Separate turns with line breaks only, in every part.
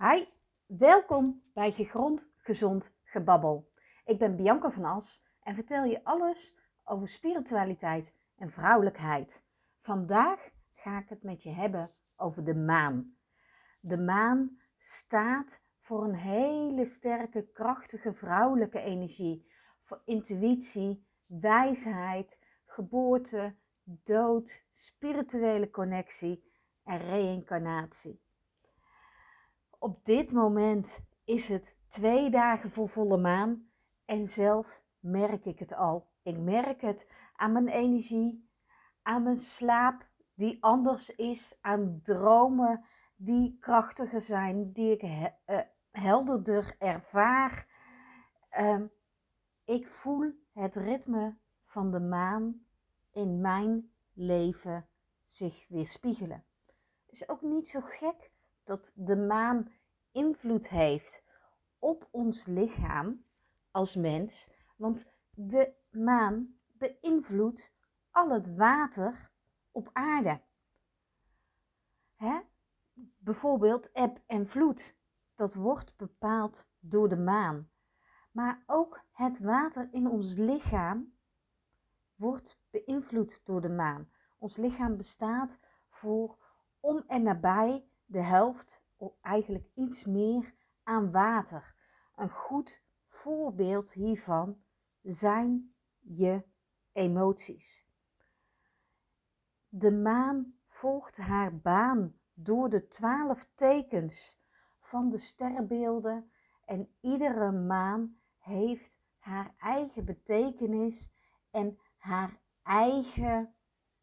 Hi, welkom bij Gegrond Gezond Gebabbel. Ik ben Bianca van As en vertel je alles over spiritualiteit en vrouwelijkheid. Vandaag ga ik het met je hebben over de maan. De maan staat voor een hele sterke, krachtige vrouwelijke energie. Voor intuïtie, wijsheid, geboorte, dood, spirituele connectie en reïncarnatie. Op dit moment is het 2 dagen voor volle maan en zelf merk ik het al. Ik merk het aan mijn energie, aan mijn slaap die anders is, aan dromen die krachtiger zijn, die ik helderder ervaar. Ik voel het ritme van de maan in mijn leven zich weerspiegelen. Het is ook niet zo gek dat de maan invloed heeft op ons lichaam als mens, want de maan beïnvloedt al het water op aarde. Bijvoorbeeld eb en vloed, dat wordt bepaald door de maan. Maar ook het water in ons lichaam wordt beïnvloed door de maan. Ons lichaam bestaat voor om en nabij de helft, of eigenlijk iets meer, aan water. Een goed voorbeeld hiervan zijn je emoties. De maan volgt haar baan door de 12 tekens van de sterrenbeelden en iedere maan heeft haar eigen betekenis en haar eigen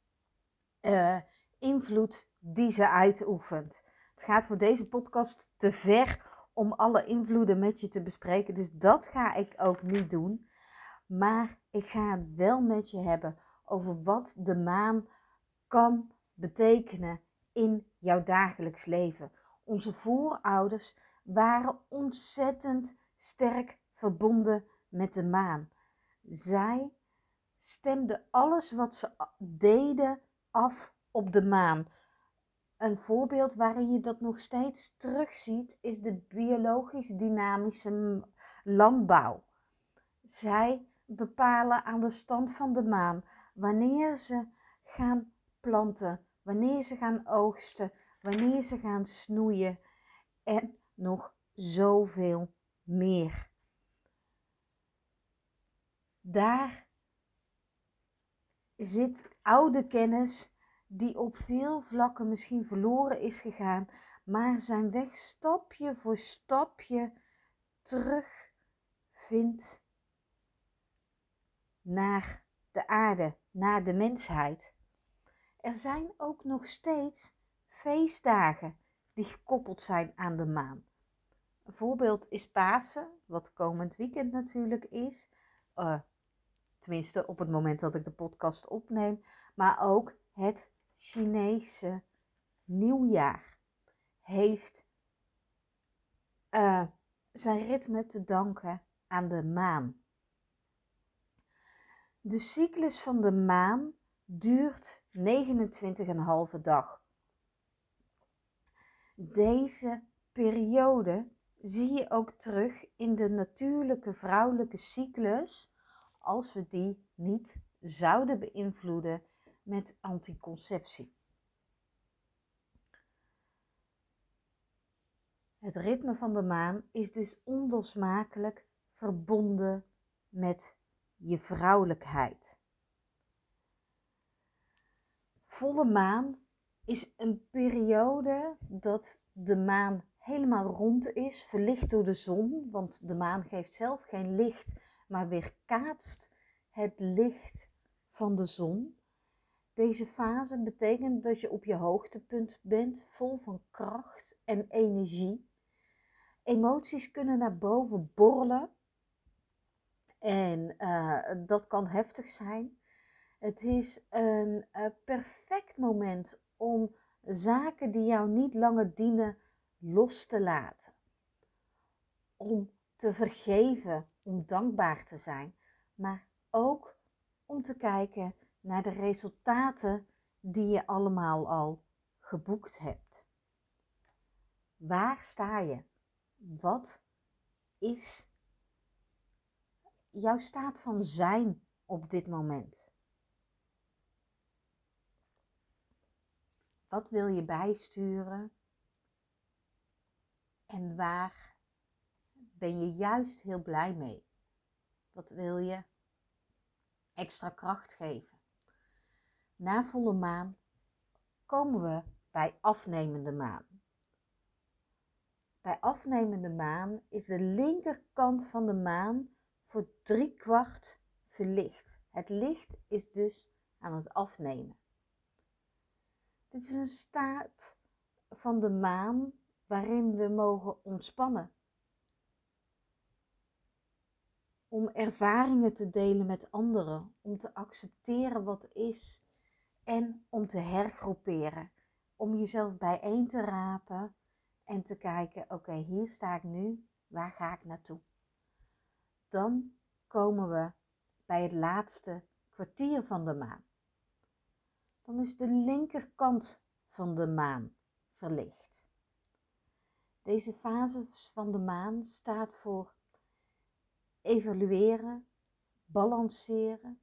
invloed die ze uitoefent. Het gaat voor deze podcast te ver om alle invloeden met je te bespreken, dus dat ga ik ook niet doen. Maar ik ga het wel met je hebben over wat de maan kan betekenen in jouw dagelijks leven. Onze voorouders waren ontzettend sterk verbonden met de maan. Zij stemden alles wat ze deden af op de maan. Een voorbeeld waarin je dat nog steeds terugziet is de biologisch dynamische landbouw. Zij bepalen aan de stand van de maan wanneer ze gaan planten, wanneer ze gaan oogsten, wanneer ze gaan snoeien en nog zoveel meer. Daar zit oude kennis die op veel vlakken misschien verloren is gegaan, maar zijn weg stapje voor stapje terugvindt naar de aarde, naar de mensheid. Er zijn ook nog steeds feestdagen die gekoppeld zijn aan de maan. Een voorbeeld is Pasen, wat komend weekend natuurlijk is. Tenminste op het moment dat ik de podcast opneem. Maar ook het Chinese nieuwjaar heeft zijn ritme te danken aan de maan. De cyclus van de maan duurt 29,5 dag. Deze periode zie je ook terug in de natuurlijke vrouwelijke cyclus als we die niet zouden beïnvloeden met anticonceptie. Het ritme van de maan is dus onlosmakelijk verbonden met je vrouwelijkheid. Volle maan is een periode dat de maan helemaal rond is, verlicht door de zon, want de maan geeft zelf geen licht, maar weerkaatst het licht van de zon. Deze fase betekent dat je op je hoogtepunt bent, vol van kracht en energie. Emoties kunnen naar boven borrelen en dat kan heftig zijn. Het is een perfect moment om zaken die jou niet langer dienen los te laten. Om te vergeven, om dankbaar te zijn, maar ook om te kijken naar de resultaten die je allemaal al geboekt hebt. Waar sta je? Wat is jouw staat van zijn op dit moment? Wat wil je bijsturen? En waar ben je juist heel blij mee? Wat wil je extra kracht geven? Na volle maan komen we bij afnemende maan. Bij afnemende maan is de linkerkant van de maan voor 3/4 verlicht. Het licht is dus aan het afnemen. Dit is een staat van de maan waarin we mogen ontspannen. Om ervaringen te delen met anderen, om te accepteren wat is en om te hergroeperen. Om jezelf bijeen te rapen en te kijken, oké, hier sta ik nu, waar ga ik naartoe? Dan komen we bij het laatste kwartier van de maan. Dan is de linkerkant van de maan verlicht. Deze fase van de maan staat voor evalueren, balanceren,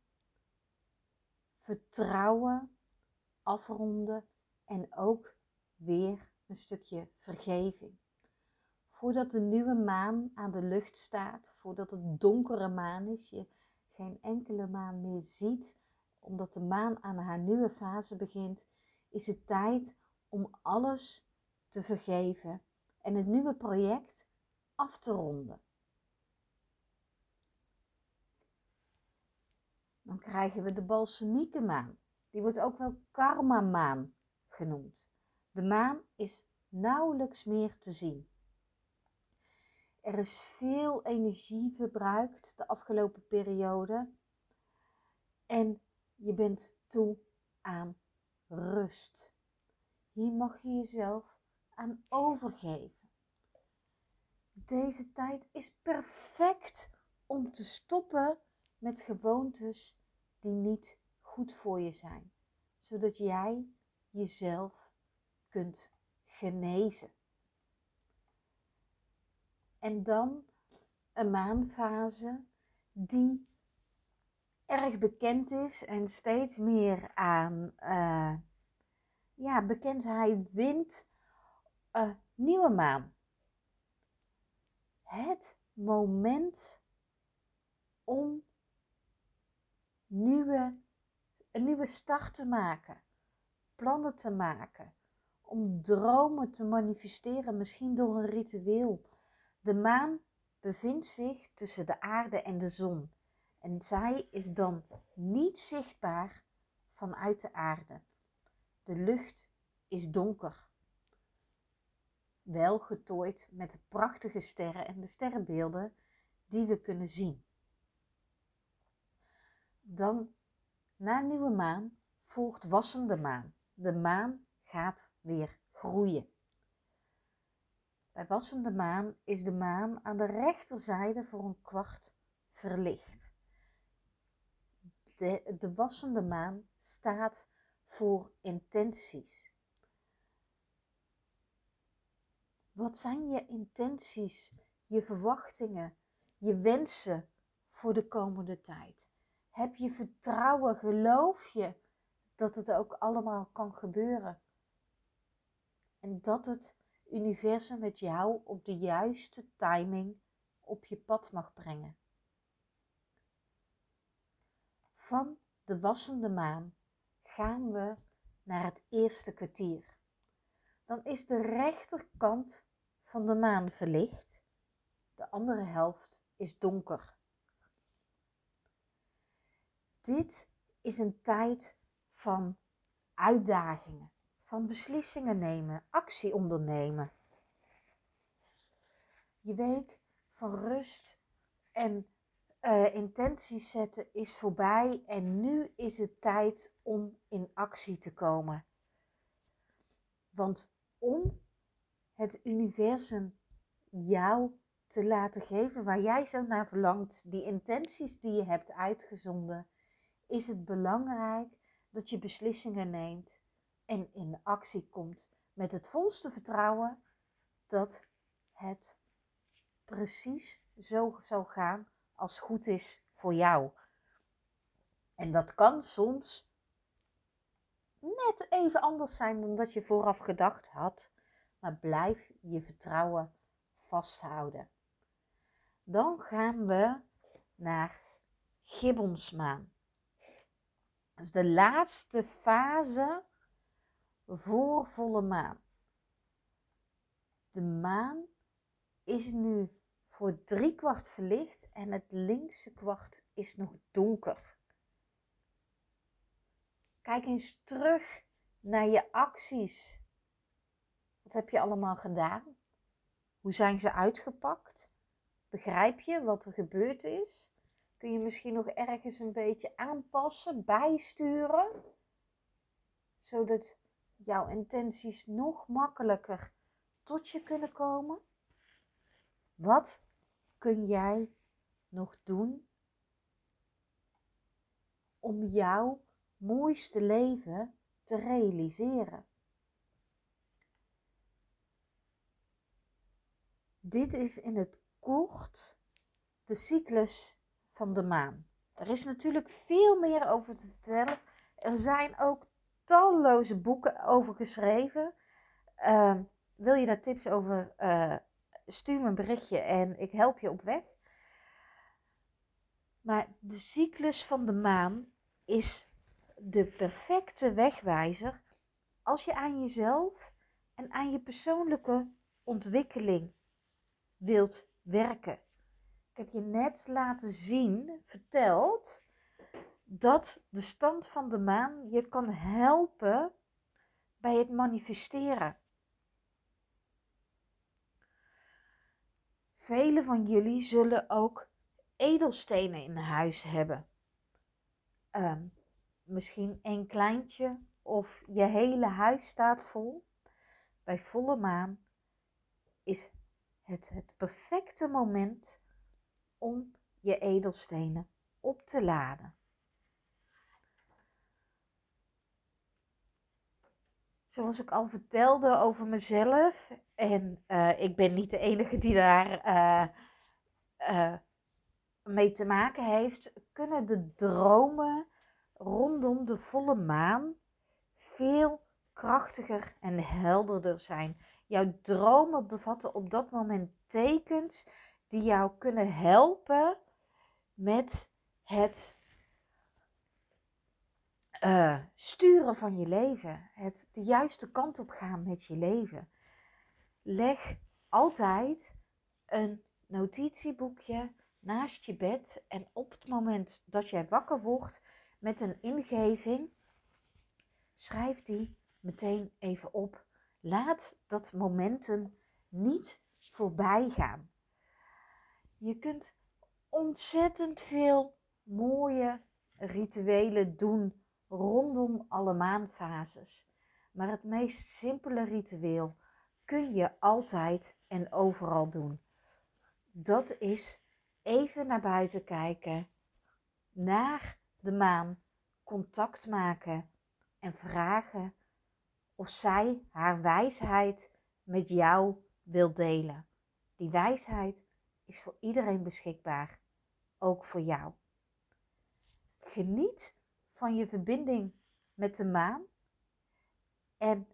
vertrouwen, afronden en ook weer een stukje vergeving. Voordat de nieuwe maan aan de lucht staat, voordat het donkere maan is, je geen enkele maan meer ziet, omdat de maan aan haar nieuwe fase begint, is het tijd om alles te vergeven en het nieuwe project af te ronden. Dan krijgen we de balsemieke maan. Die wordt ook wel karma-maan genoemd. De maan is nauwelijks meer te zien. Er is veel energie verbruikt de afgelopen periode en je bent toe aan rust. Hier mag je jezelf aan overgeven. Deze tijd is perfect om te stoppen met gewoontes die niet goed voor je zijn, zodat jij jezelf kunt genezen. En dan een maanfase die erg bekend is en steeds meer aan bekendheid wint. Nieuwe maan. Het moment om een nieuwe start te maken, plannen te maken, om dromen te manifesteren, misschien door een ritueel. De maan bevindt zich tussen de aarde en de zon en zij is dan niet zichtbaar vanuit de aarde. De lucht is donker, wel getooid met de prachtige sterren en de sterrenbeelden die we kunnen zien. Dan, na nieuwe maan, volgt wassende maan. De maan gaat weer groeien. Bij wassende maan is de maan aan de rechterzijde voor een kwart verlicht. De wassende maan staat voor intenties. Wat zijn je intenties, je verwachtingen, je wensen voor de komende tijd? Heb je vertrouwen, geloof je dat het ook allemaal kan gebeuren? En dat het universum met jou op de juiste timing op je pad mag brengen. Van de wassende maan gaan we naar het eerste kwartier. Dan is de rechterkant van de maan verlicht, de andere helft is donker. Dit is een tijd van uitdagingen, van beslissingen nemen, actie ondernemen. Je week van rust en intenties zetten is voorbij en nu is het tijd om in actie te komen. Want om het universum jou te laten geven waar jij zo naar verlangt, die intenties die je hebt uitgezonden, is het belangrijk dat je beslissingen neemt en in actie komt met het volste vertrouwen dat het precies zo zal gaan als goed is voor jou. En dat kan soms net even anders zijn dan dat je vooraf gedacht had, maar blijf je vertrouwen vasthouden. Dan gaan we naar gibbonsmaan. Dat is de laatste fase voor volle maan. De maan is nu voor 3/4 verlicht en het linkse kwart is nog donker. Kijk eens terug naar je acties. Wat heb je allemaal gedaan? Hoe zijn ze uitgepakt? Begrijp je wat er gebeurd is? Kun je misschien nog ergens een beetje aanpassen, bijsturen? Zodat jouw intenties nog makkelijker tot je kunnen komen? Wat kun jij nog doen om jouw mooiste leven te realiseren? Dit is in het kort de cyclus van de maan. Er is natuurlijk veel meer over te vertellen. Er zijn ook talloze boeken over geschreven. Wil je daar tips over? Stuur me een berichtje en ik help je op weg. Maar de cyclus van de maan is de perfecte wegwijzer als je aan jezelf en aan je persoonlijke ontwikkeling wilt werken. Ik heb je net laten zien, verteld, dat de stand van de maan je kan helpen bij het manifesteren. Velen van jullie zullen ook edelstenen in huis hebben. Misschien een kleintje of je hele huis staat vol. Bij volle maan is het perfecte moment om je edelstenen op te laden. Zoals ik al vertelde over mezelf, en ik ben niet de enige die daar mee te maken heeft, kunnen de dromen rondom de volle maan veel krachtiger en helderder zijn. Jouw dromen bevatten op dat moment tekens die jou kunnen helpen met het sturen van je leven. Het de juiste kant op gaan met je leven. Leg altijd een notitieboekje naast je bed en op het moment dat jij wakker wordt met een ingeving, schrijf die meteen even op. Laat dat momentum niet voorbij gaan. Je kunt ontzettend veel mooie rituelen doen rondom alle maanfases. Maar het meest simpele ritueel kun je altijd en overal doen. Dat is even naar buiten kijken, naar de maan, contact maken en vragen of zij haar wijsheid met jou wil delen. Die wijsheid is voor iedereen beschikbaar, ook voor jou. Geniet van je verbinding met de maan en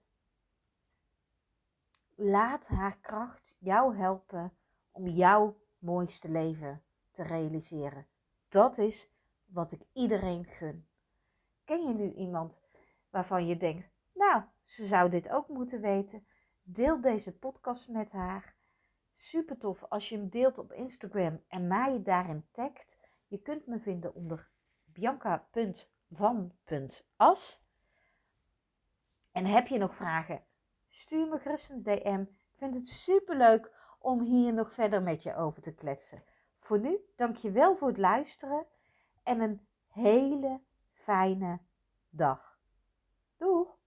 laat haar kracht jou helpen om jouw mooiste leven te realiseren. Dat is wat ik iedereen gun. Ken je nu iemand waarvan je denkt, nou, ze zou dit ook moeten weten? Deel deze podcast met haar. Super tof als je hem deelt op Instagram en mij daarin tagt. Je kunt me vinden onder bianca.van.as. En heb je nog vragen? Stuur me gerust een DM. Ik vind het super leuk om hier nog verder met je over te kletsen. Voor nu, dankjewel voor het luisteren en een hele fijne dag. Doeg!